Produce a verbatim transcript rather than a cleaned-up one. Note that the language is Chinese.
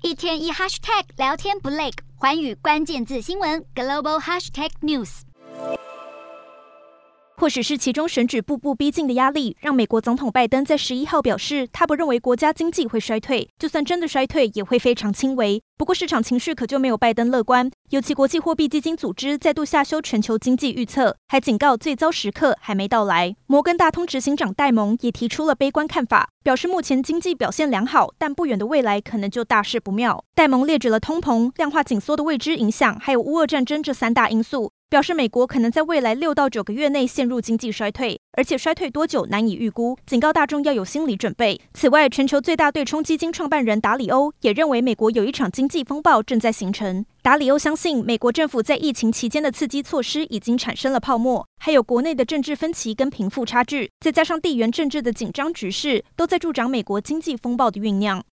一天一 hashtag 聊天不累，寰宇关键字新闻 global hashtag news。 或许是其中选举步步逼近的压力，让美国总统拜登在十一号表示，他不认为国家经济会衰退，就算真的衰退，也会非常轻微。不过市场情绪可就没有拜登乐观，尤其国际货币基金组织再度下修全球经济预测，还警告最糟时刻还没到来。摩根大通执行长戴蒙也提出了悲观看法，表示目前经济表现良好，但不远的未来可能就大事不妙。戴蒙列举了通膨、量化紧缩的未知影响，还有乌俄战争这三大因素。表示美国可能在未来六到九个月内陷入经济衰退，而且衰退多久难以预估，警告大众要有心理准备。此外，全球最大对冲基金创办人达里欧也认为美国有一场经济风暴正在形成。达里欧相信，美国政府在疫情期间的刺激措施已经产生了泡沫，还有国内的政治分歧跟贫富差距，再加上地缘政治的紧张局势，都在助长美国经济风暴的酝酿。